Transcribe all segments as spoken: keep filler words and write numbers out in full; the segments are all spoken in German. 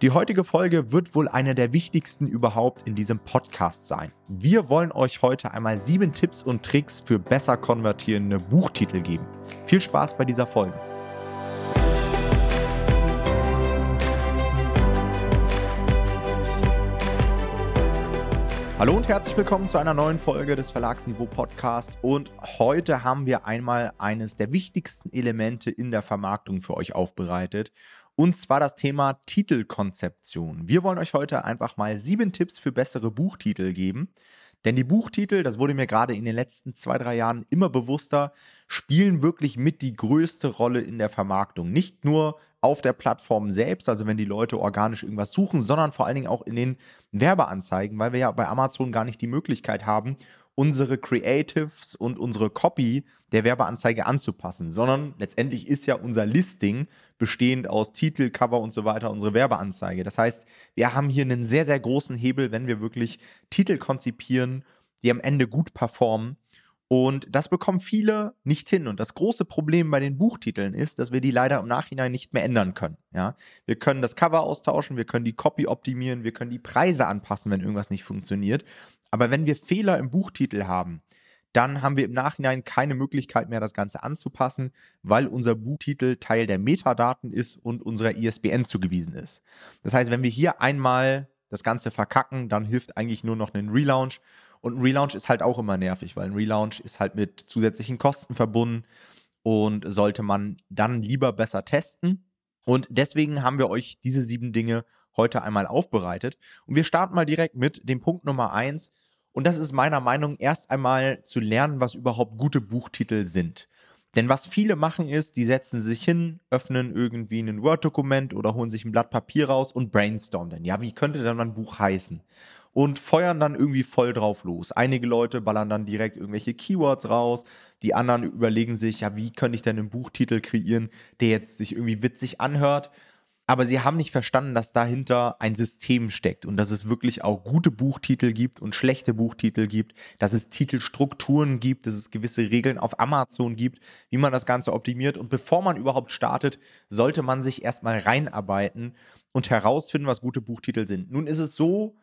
Die heutige Folge wird wohl eine der wichtigsten überhaupt in diesem Podcast sein. Wir wollen euch heute einmal sieben Tipps und Tricks für besser konvertierende Buchtitel geben. Viel Spaß bei dieser Folge. Hallo und herzlich willkommen zu einer neuen Folge des Verlagsniveau Podcasts und heute haben wir einmal eines der wichtigsten Elemente in der Vermarktung für euch aufbereitet und zwar das Thema Titelkonzeption. Wir wollen euch heute einfach mal sieben Tipps für bessere Buchtitel geben, denn die Buchtitel, das wurde mir gerade in den letzten zwei, drei Jahren immer bewusster, spielen wirklich mit die größte Rolle in der Vermarktung. Nicht nur auf der Plattform selbst, also wenn die Leute organisch irgendwas suchen, sondern vor allen Dingen auch in den Werbeanzeigen, weil wir ja bei Amazon gar nicht die Möglichkeit haben, unsere Creatives und unsere Copy der Werbeanzeige anzupassen, sondern letztendlich ist ja unser Listing bestehend aus Titel, Cover und so weiter unsere Werbeanzeige. Das heißt, wir haben hier einen sehr, sehr großen Hebel, wenn wir wirklich Titel konzipieren, die am Ende gut performen. Und das bekommen viele nicht hin. Und das große Problem bei den Buchtiteln ist, dass wir die leider im Nachhinein nicht mehr ändern können. Ja? Wir können das Cover austauschen, wir können die Copy optimieren, wir können die Preise anpassen, wenn irgendwas nicht funktioniert. Aber wenn wir Fehler im Buchtitel haben, dann haben wir im Nachhinein keine Möglichkeit mehr, das Ganze anzupassen, weil unser Buchtitel Teil der Metadaten ist und unserer I S B N zugewiesen ist. Das heißt, wenn wir hier einmal das Ganze verkacken, dann hilft eigentlich nur noch ein Relaunch. Und ein Relaunch ist halt auch immer nervig, weil ein Relaunch ist halt mit zusätzlichen Kosten verbunden und sollte man dann lieber besser testen. Und deswegen haben wir euch diese sieben Dinge heute einmal aufbereitet. Und wir starten mal direkt mit dem Punkt Nummer eins. Und das ist meiner Meinung nach erst einmal zu lernen, was überhaupt gute Buchtitel sind. Denn was viele machen ist, die setzen sich hin, öffnen irgendwie ein Word-Dokument oder holen sich ein Blatt Papier raus und brainstormen dann. Ja, wie könnte dann ein Buch heißen? Und feuern dann irgendwie voll drauf los. Einige Leute ballern dann direkt irgendwelche Keywords raus. Die anderen überlegen sich, ja, wie könnte ich denn einen Buchtitel kreieren, der jetzt sich irgendwie witzig anhört? Aber sie haben nicht verstanden, dass dahinter ein System steckt und dass es wirklich auch gute Buchtitel gibt und schlechte Buchtitel gibt, dass es Titelstrukturen gibt, dass es gewisse Regeln auf Amazon gibt, wie man das Ganze optimiert. Und bevor man überhaupt startet, sollte man sich erstmal reinarbeiten und herausfinden, was gute Buchtitel sind. Nun ist es so,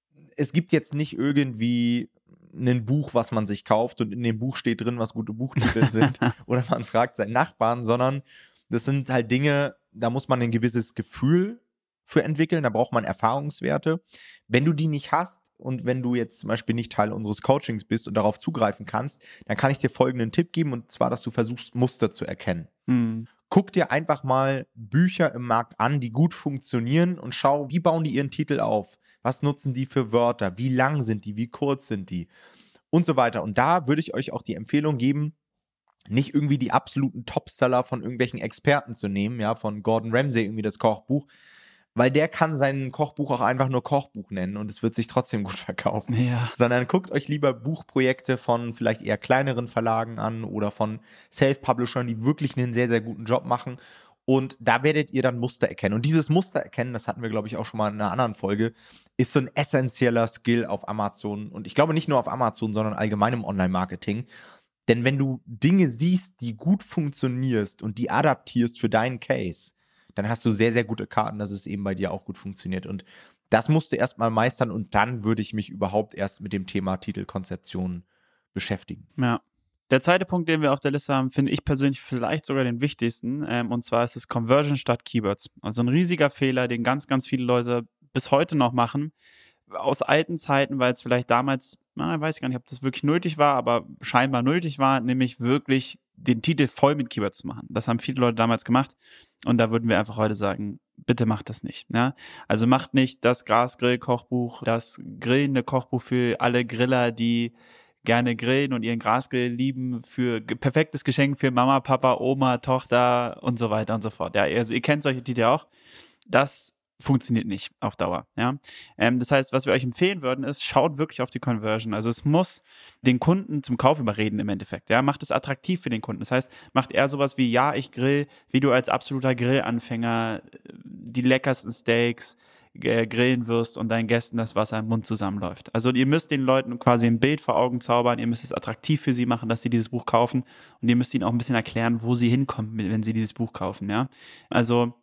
es gibt jetzt nicht irgendwie ein Buch, was man sich kauft und in dem Buch steht drin, was gute Buchtitel sind oder man fragt seinen Nachbarn, sondern das sind halt Dinge, da muss man ein gewisses Gefühl für entwickeln, da braucht man Erfahrungswerte. Wenn du die nicht hast und wenn du jetzt zum Beispiel nicht Teil unseres Coachings bist und darauf zugreifen kannst, dann kann ich dir folgenden Tipp geben und zwar, dass du versuchst, Muster zu erkennen. Mhm. Guck dir einfach mal Bücher im Markt an, die gut funktionieren und schau, wie bauen die ihren Titel auf? Was nutzen die für Wörter? Wie lang sind die? Wie kurz sind die? Und so weiter. Und da würde ich euch auch die Empfehlung geben, nicht irgendwie die absoluten Topseller von irgendwelchen Experten zu nehmen, ja, von Gordon Ramsay irgendwie das Kochbuch, weil der kann sein Kochbuch auch einfach nur Kochbuch nennen und es wird sich trotzdem gut verkaufen. Ja. Sondern guckt euch lieber Buchprojekte von vielleicht eher kleineren Verlagen an oder von Self-Publishern, die wirklich einen sehr, sehr guten Job machen. Und da werdet ihr dann Muster erkennen. Und dieses Muster erkennen, das hatten wir, glaube ich, auch schon mal in einer anderen Folge, ist so ein essentieller Skill auf Amazon. Und ich glaube nicht nur auf Amazon, sondern allgemein im Online-Marketing. Denn wenn du Dinge siehst, die gut funktionierst und die adaptierst für deinen Case, dann hast du sehr, sehr gute Karten, dass es eben bei dir auch gut funktioniert. Und das musst du erstmal meistern und dann würde ich mich überhaupt erst mit dem Thema Titelkonzeption beschäftigen. Ja. Der zweite Punkt, den wir auf der Liste haben, finde ich persönlich vielleicht sogar den wichtigsten. Ähm, und zwar ist es Conversion statt Keywords. Also ein riesiger Fehler, den ganz, ganz viele Leute bis heute noch machen. Aus alten Zeiten, weil es vielleicht damals, na, weiß ich gar nicht, ob das wirklich nötig war, aber scheinbar nötig war, nämlich wirklich den Titel voll mit Keywords zu machen. Das haben viele Leute damals gemacht und da würden wir einfach heute sagen, bitte macht das nicht. Ja? Also macht nicht das Grasgrill-Kochbuch, das grillende Kochbuch für alle Griller, die gerne grillen und ihren Grasgrill lieben, für ge- perfektes Geschenk für Mama, Papa, Oma, Tochter und so weiter und so fort. Ja, also ihr kennt solche Titel auch. Das funktioniert nicht auf Dauer. Ja? Ähm, das heißt, was wir euch empfehlen würden, ist, schaut wirklich auf die Conversion. Also es muss den Kunden zum Kauf überreden im Endeffekt. Ja? Macht es attraktiv für den Kunden. Das heißt, macht eher sowas wie, ja, ich grill, wie du als absoluter Grillanfänger die leckersten Steaks äh, grillen wirst und deinen Gästen das Wasser im Mund zusammenläuft. Also ihr müsst den Leuten quasi ein Bild vor Augen zaubern, ihr müsst es attraktiv für sie machen, dass sie dieses Buch kaufen und ihr müsst ihnen auch ein bisschen erklären, wo sie hinkommen, wenn sie dieses Buch kaufen. Ja? Also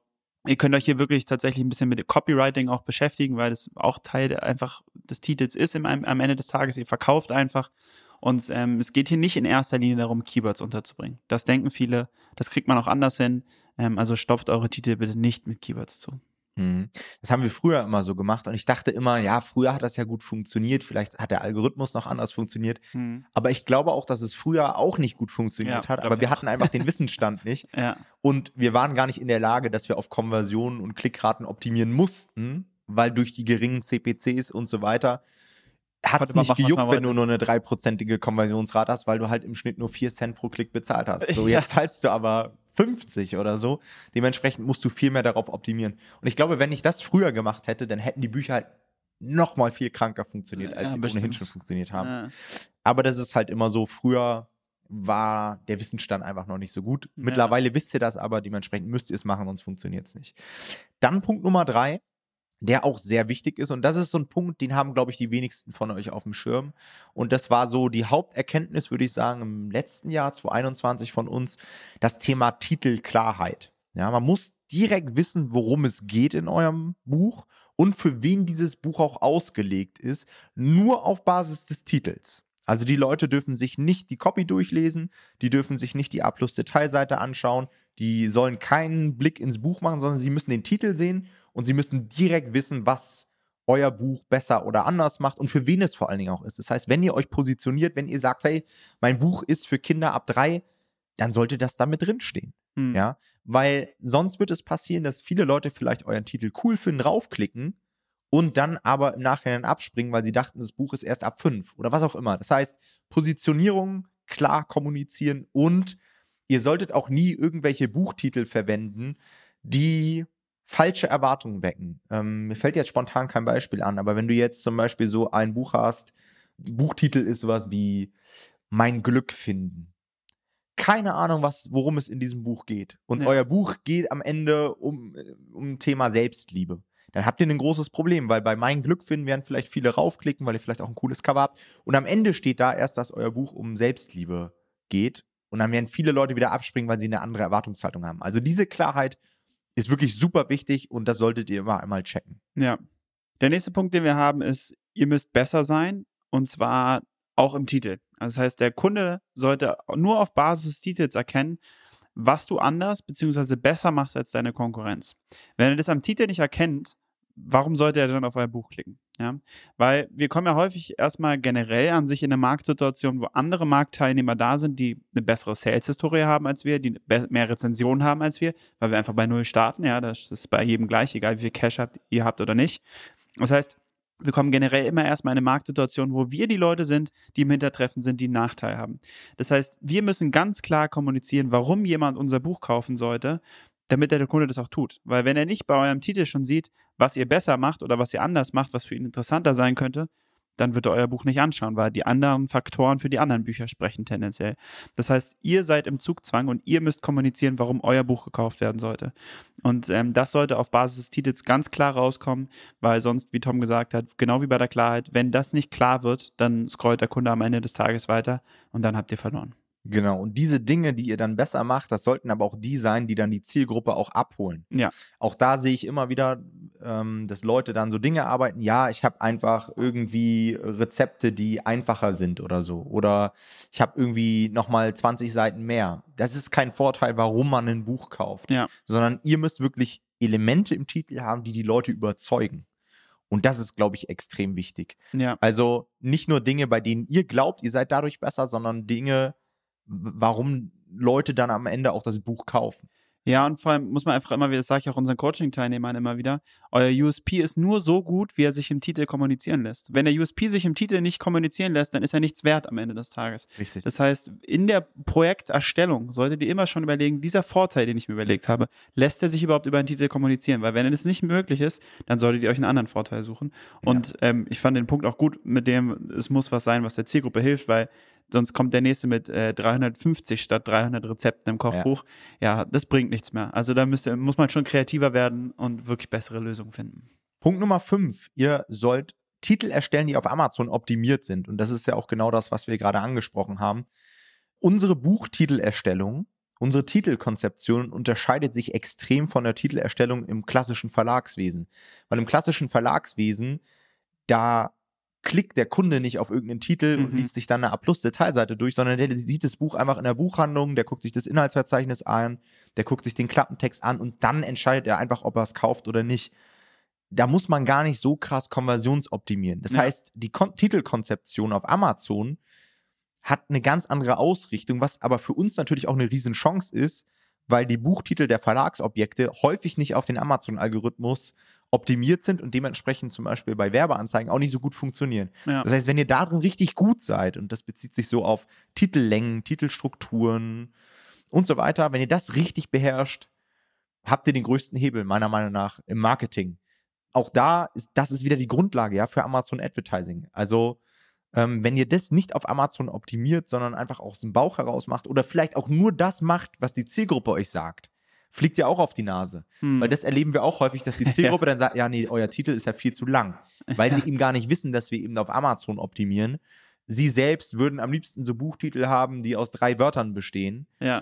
Ihr könnt euch hier wirklich tatsächlich ein bisschen mit Copywriting auch beschäftigen, weil das auch Teil der, einfach des Titels ist im, am Ende des Tages. Ihr verkauft einfach. Und ähm, es geht hier nicht in erster Linie darum, Keywords unterzubringen. Das denken viele, das kriegt man auch anders hin. Ähm, also stopft eure Titel bitte nicht mit Keywords zu. Mhm. Das haben wir früher immer so gemacht und ich dachte immer, ja, früher hat das ja gut funktioniert, vielleicht hat der Algorithmus noch anders funktioniert, Mhm. aber ich glaube auch, dass es früher auch nicht gut funktioniert Ja, hat, glaub aber ich wir auch. hatten einfach den Wissensstand nicht Ja. und wir waren gar nicht in der Lage, dass wir auf Konversionen und Klickraten optimieren mussten, weil durch die geringen C P Cs und so weiter hat es Konnte man nicht machen, was gejuckt, man wenn du wollte. nur eine dreiprozentige Konversionsrate hast, weil du halt im Schnitt nur vier Cent pro Klick bezahlt hast. So, Ja. jetzt zahlst du aber fünfzig oder so. Dementsprechend musst du viel mehr darauf optimieren. Und ich glaube, wenn ich das früher gemacht hätte, dann hätten die Bücher halt noch mal viel kranker funktioniert, als Ja, sie bestimmt. ohnehin schon funktioniert haben. Ja. Aber das ist halt immer so, früher war der Wissensstand einfach noch nicht so gut. Ja. Mittlerweile wisst ihr das aber, dementsprechend müsst ihr es machen, sonst funktioniert es nicht. Dann Punkt Nummer drei, der auch sehr wichtig ist. Und das ist so ein Punkt, den haben, glaube ich, die wenigsten von euch auf dem Schirm. Und das war so die Haupterkenntnis, würde ich sagen, im letzten Jahr, zwanzig einundzwanzig von uns, das Thema Titelklarheit. Ja, man muss direkt wissen, worum es geht in eurem Buch und für wen dieses Buch auch ausgelegt ist, nur auf Basis des Titels. Also die Leute dürfen sich nicht die Copy durchlesen, die dürfen sich nicht die A-Plus-Detailseite anschauen, die sollen keinen Blick ins Buch machen, sondern sie müssen den Titel sehen und sie müssen direkt wissen, was euer Buch besser oder anders macht und für wen es vor allen Dingen auch ist. Das heißt, wenn ihr euch positioniert, wenn ihr sagt, hey, mein Buch ist für Kinder ab drei, dann sollte das da mit drinstehen. Hm. Ja? Weil sonst wird es passieren, dass viele Leute vielleicht euren Titel cool finden, raufklicken und dann aber im Nachhinein abspringen, weil sie dachten, das Buch ist erst ab fünf oder was auch immer. Das heißt, Positionierung, klar kommunizieren und ihr solltet auch nie irgendwelche Buchtitel verwenden, die falsche Erwartungen wecken. Ähm, mir fällt jetzt spontan kein Beispiel an, aber wenn du jetzt zum Beispiel so ein Buch hast, Buchtitel ist sowas wie Mein Glück finden. Keine Ahnung, was, worum es in diesem Buch geht. Und Ja. euer Buch geht am Ende um, um Thema Selbstliebe. Dann habt ihr ein großes Problem, weil bei Mein Glück finden werden vielleicht viele raufklicken, weil ihr vielleicht auch ein cooles Cover habt. Und am Ende steht da erst, dass euer Buch um Selbstliebe geht. Und dann werden viele Leute wieder abspringen, weil sie eine andere Erwartungshaltung haben. Also diese Klarheit ist wirklich super wichtig und das solltet ihr immer einmal checken. Ja. Der nächste Punkt, den wir haben, ist, ihr müsst besser sein und zwar auch im Titel. Also das heißt, der Kunde sollte nur auf Basis des Titels erkennen, was du anders bzw. besser machst als deine Konkurrenz. Wenn er das am Titel nicht erkennt, warum sollte er dann auf euer Buch klicken? Ja? Weil wir kommen ja häufig erstmal generell an sich in eine Marktsituation, wo andere Marktteilnehmer da sind, die eine bessere Sales-Historie haben als wir, die mehr Rezensionen haben als wir, weil wir einfach bei Null starten. Ja, das ist bei jedem gleich, egal wie viel Cash habt, ihr habt oder nicht. Das heißt, wir kommen generell immer erstmal in eine Marktsituation, wo wir die Leute sind, die im Hintertreffen sind, die einen Nachteil haben. Das heißt, wir müssen ganz klar kommunizieren, warum jemand unser Buch kaufen sollte, damit der Kunde das auch tut. Weil wenn er nicht bei eurem Titel schon sieht, was ihr besser macht oder was ihr anders macht, was für ihn interessanter sein könnte, dann wird er euer Buch nicht anschauen, weil die anderen Faktoren für die anderen Bücher sprechen tendenziell. Das heißt, ihr seid im Zugzwang und ihr müsst kommunizieren, warum euer Buch gekauft werden sollte. Und ähm, das sollte auf Basis des Titels ganz klar rauskommen, weil sonst, wie Tom gesagt hat, genau wie bei der Klarheit, wenn das nicht klar wird, dann scrollt der Kunde am Ende des Tages weiter und dann habt ihr verloren. Genau, und diese Dinge, die ihr dann besser macht, das sollten aber auch die sein, die dann die Zielgruppe auch abholen. Ja. Auch da sehe ich immer wieder, ähm, dass Leute dann so Dinge arbeiten, ja, ich habe einfach irgendwie Rezepte, die einfacher sind oder so. Oder ich habe irgendwie nochmal zwanzig Seiten mehr. Das ist kein Vorteil, warum man ein Buch kauft. Ja. Sondern ihr müsst wirklich Elemente im Titel haben, die die Leute überzeugen. Und das ist, glaube ich, extrem wichtig. Ja. Also nicht nur Dinge, bei denen ihr glaubt, ihr seid dadurch besser, sondern Dinge, warum Leute dann am Ende auch das Buch kaufen. Ja, und vor allem muss man einfach immer wieder, das sage ich auch unseren Coaching-Teilnehmern immer wieder, euer U S P ist nur so gut, wie er sich im Titel kommunizieren lässt. Wenn der U S P sich im Titel nicht kommunizieren lässt, dann ist er nichts wert am Ende des Tages. Richtig. Das heißt, in der Projekterstellung solltet ihr immer schon überlegen, dieser Vorteil, den ich mir überlegt habe, lässt er sich überhaupt über einen Titel kommunizieren? Weil wenn es nicht möglich ist, dann solltet ihr euch einen anderen Vorteil suchen. Und ja. ähm, ich fand den Punkt auch gut, mit dem es muss was sein, was der Zielgruppe hilft, weil sonst kommt der nächste mit äh, dreihundertfünfzig statt dreihundert Rezepten im Kochbuch. Ja, ja, das bringt nichts mehr. Also da müsst, muss man schon kreativer werden und wirklich bessere Lösungen finden. Punkt Nummer fünf. Ihr sollt Titel erstellen, die auf Amazon optimiert sind. Und das ist ja auch genau das, was wir gerade angesprochen haben. Unsere Buchtitelerstellung Unsere Titelkonzeption unterscheidet sich extrem von der Titelerstellung im klassischen Verlagswesen. Weil im klassischen Verlagswesen, da klickt der Kunde nicht auf irgendeinen Titel mhm. und liest sich dann eine A-Plus-Detailseite durch, sondern der sieht das Buch einfach in der Buchhandlung, der guckt sich das Inhaltsverzeichnis an, der guckt sich den Klappentext an und dann entscheidet er einfach, ob er es kauft oder nicht. Da muss man gar nicht so krass konversionsoptimieren. Das ja. heißt, die Kon- Titelkonzeption auf Amazon hat eine ganz andere Ausrichtung, was aber für uns natürlich auch eine Riesenchance ist, weil die Buchtitel der Verlagsobjekte häufig nicht auf den Amazon-Algorithmus optimiert sind und dementsprechend zum Beispiel bei Werbeanzeigen auch nicht so gut funktionieren. Ja. Das heißt, wenn ihr darin richtig gut seid, und das bezieht sich so auf Titellängen, Titelstrukturen und so weiter, wenn ihr das richtig beherrscht, habt ihr den größten Hebel, meiner Meinung nach, im Marketing. Auch da ist, das ist wieder die Grundlage, ja, für Amazon Advertising. Also Ähm, wenn ihr das nicht auf Amazon optimiert, sondern einfach aus dem Bauch heraus macht oder vielleicht auch nur das macht, was die Zielgruppe euch sagt, fliegt ihr auch auf die Nase. Hm. Weil das erleben wir auch häufig, dass die Zielgruppe ja. dann sagt, ja, nee, euer Titel ist ja viel zu lang. Weil ja. sie eben gar nicht wissen, dass wir eben auf Amazon optimieren. Sie selbst würden am liebsten so Buchtitel haben, die aus drei Wörtern bestehen. Ja.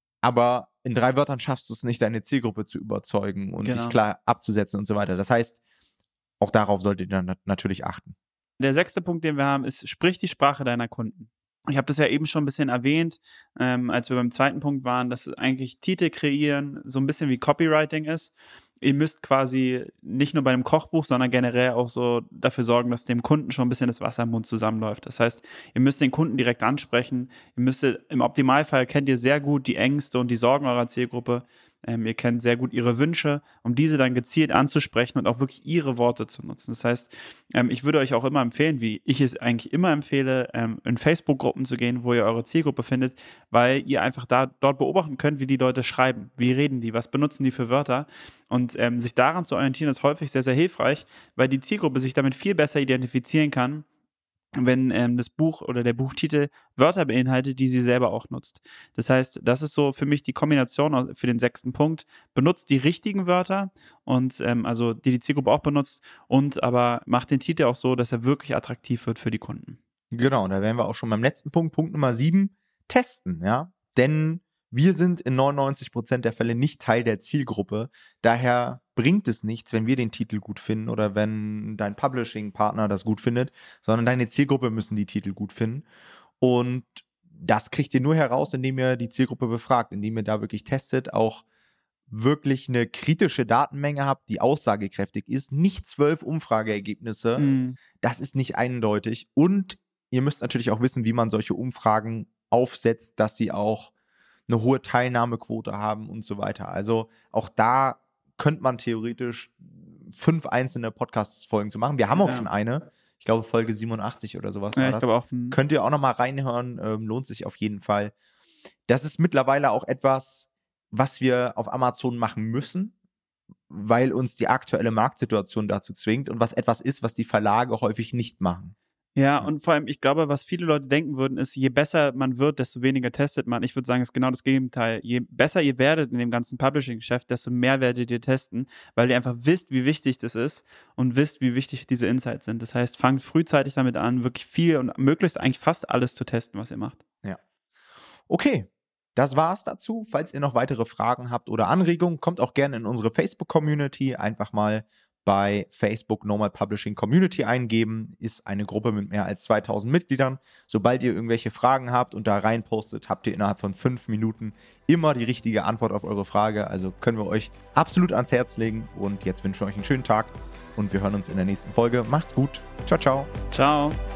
Aber in drei Wörtern schaffst du es nicht, deine Zielgruppe zu überzeugen und genau. dich klar abzusetzen und so weiter. Das heißt, auch darauf solltet ihr dann natürlich achten. Der sechste Punkt, den wir haben, ist, sprich die Sprache deiner Kunden. Ich habe das ja eben schon ein bisschen erwähnt, ähm, als wir beim zweiten Punkt waren, dass eigentlich Titel kreieren so ein bisschen wie Copywriting ist. Ihr müsst quasi nicht nur bei einem Kochbuch, sondern generell auch so dafür sorgen, dass dem Kunden schon ein bisschen das Wasser im Mund zusammenläuft. Das heißt, ihr müsst den Kunden direkt ansprechen. Ihr müsst, im Optimalfall kennt ihr sehr gut die Ängste und die Sorgen eurer Zielgruppe. Ähm, ihr kennt sehr gut ihre Wünsche, um diese dann gezielt anzusprechen und auch wirklich ihre Worte zu nutzen. Das heißt, ähm, ich würde euch auch immer empfehlen, wie ich es eigentlich immer empfehle, ähm, in Facebook-Gruppen zu gehen, wo ihr eure Zielgruppe findet, weil ihr einfach da dort beobachten könnt, wie die Leute schreiben, wie reden die, was benutzen die für Wörter und ähm, sich daran zu orientieren, ist häufig sehr, sehr hilfreich, weil die Zielgruppe sich damit viel besser identifizieren kann, wenn ähm, das Buch oder der Buchtitel Wörter beinhaltet, die sie selber auch nutzt. Das heißt, das ist so für mich die Kombination für den sechsten Punkt. Benutzt die richtigen Wörter und ähm, also die die Zielgruppe auch benutzt und aber macht den Titel auch so, dass er wirklich attraktiv wird für die Kunden. Genau, da wären wir auch schon beim letzten Punkt, Punkt Nummer sieben, testen, ja, denn wir sind in neunundneunzig Prozent der Fälle nicht Teil der Zielgruppe. Daher bringt es nichts, wenn wir den Titel gut finden oder wenn dein Publishing-Partner das gut findet, sondern deine Zielgruppe müssen die Titel gut finden. Und das kriegt ihr nur heraus, indem ihr die Zielgruppe befragt, indem ihr da wirklich testet, auch wirklich eine kritische Datenmenge habt, die aussagekräftig ist, nicht zwölf Umfrageergebnisse. Mhm. Das ist nicht eindeutig. Und ihr müsst natürlich auch wissen, wie man solche Umfragen aufsetzt, dass sie auch eine hohe Teilnahmequote haben und so weiter. Also auch da könnte man theoretisch fünf einzelne Podcast-Folgen zu machen. Wir haben auch ja. schon eine, ich glaube Folge siebenundachtzig oder sowas. Ja, war ich das. glaube auch. Hm. Könnt ihr auch nochmal reinhören, ähm, lohnt sich auf jeden Fall. Das ist mittlerweile auch etwas, was wir auf Amazon machen müssen, weil uns die aktuelle Marktsituation dazu zwingt und was etwas ist, was die Verlage häufig nicht machen. Ja, und vor allem, ich glaube, was viele Leute denken würden, ist, je besser man wird, desto weniger testet man. Ich würde sagen, es ist genau das Gegenteil. Je besser ihr werdet in dem ganzen Publishing-Geschäft, desto mehr werdet ihr testen, weil ihr einfach wisst, wie wichtig das ist und wisst, wie wichtig diese Insights sind. Das heißt, fangt frühzeitig damit an, wirklich viel und möglichst eigentlich fast alles zu testen, was ihr macht. Ja. Okay. Das war's dazu. Falls ihr noch weitere Fragen habt oder Anregungen, kommt auch gerne in unsere Facebook-Community. Einfach mal bei Facebook Normal Publishing Community eingeben. Ist eine Gruppe mit mehr als zweitausend Mitgliedern. Sobald ihr irgendwelche Fragen habt und da rein postet, habt ihr innerhalb von fünf Minuten immer die richtige Antwort auf eure Frage. Also können wir euch absolut ans Herz legen. Und jetzt wünschen wir euch einen schönen Tag und wir hören uns in der nächsten Folge. Macht's gut. Ciao, ciao. Ciao.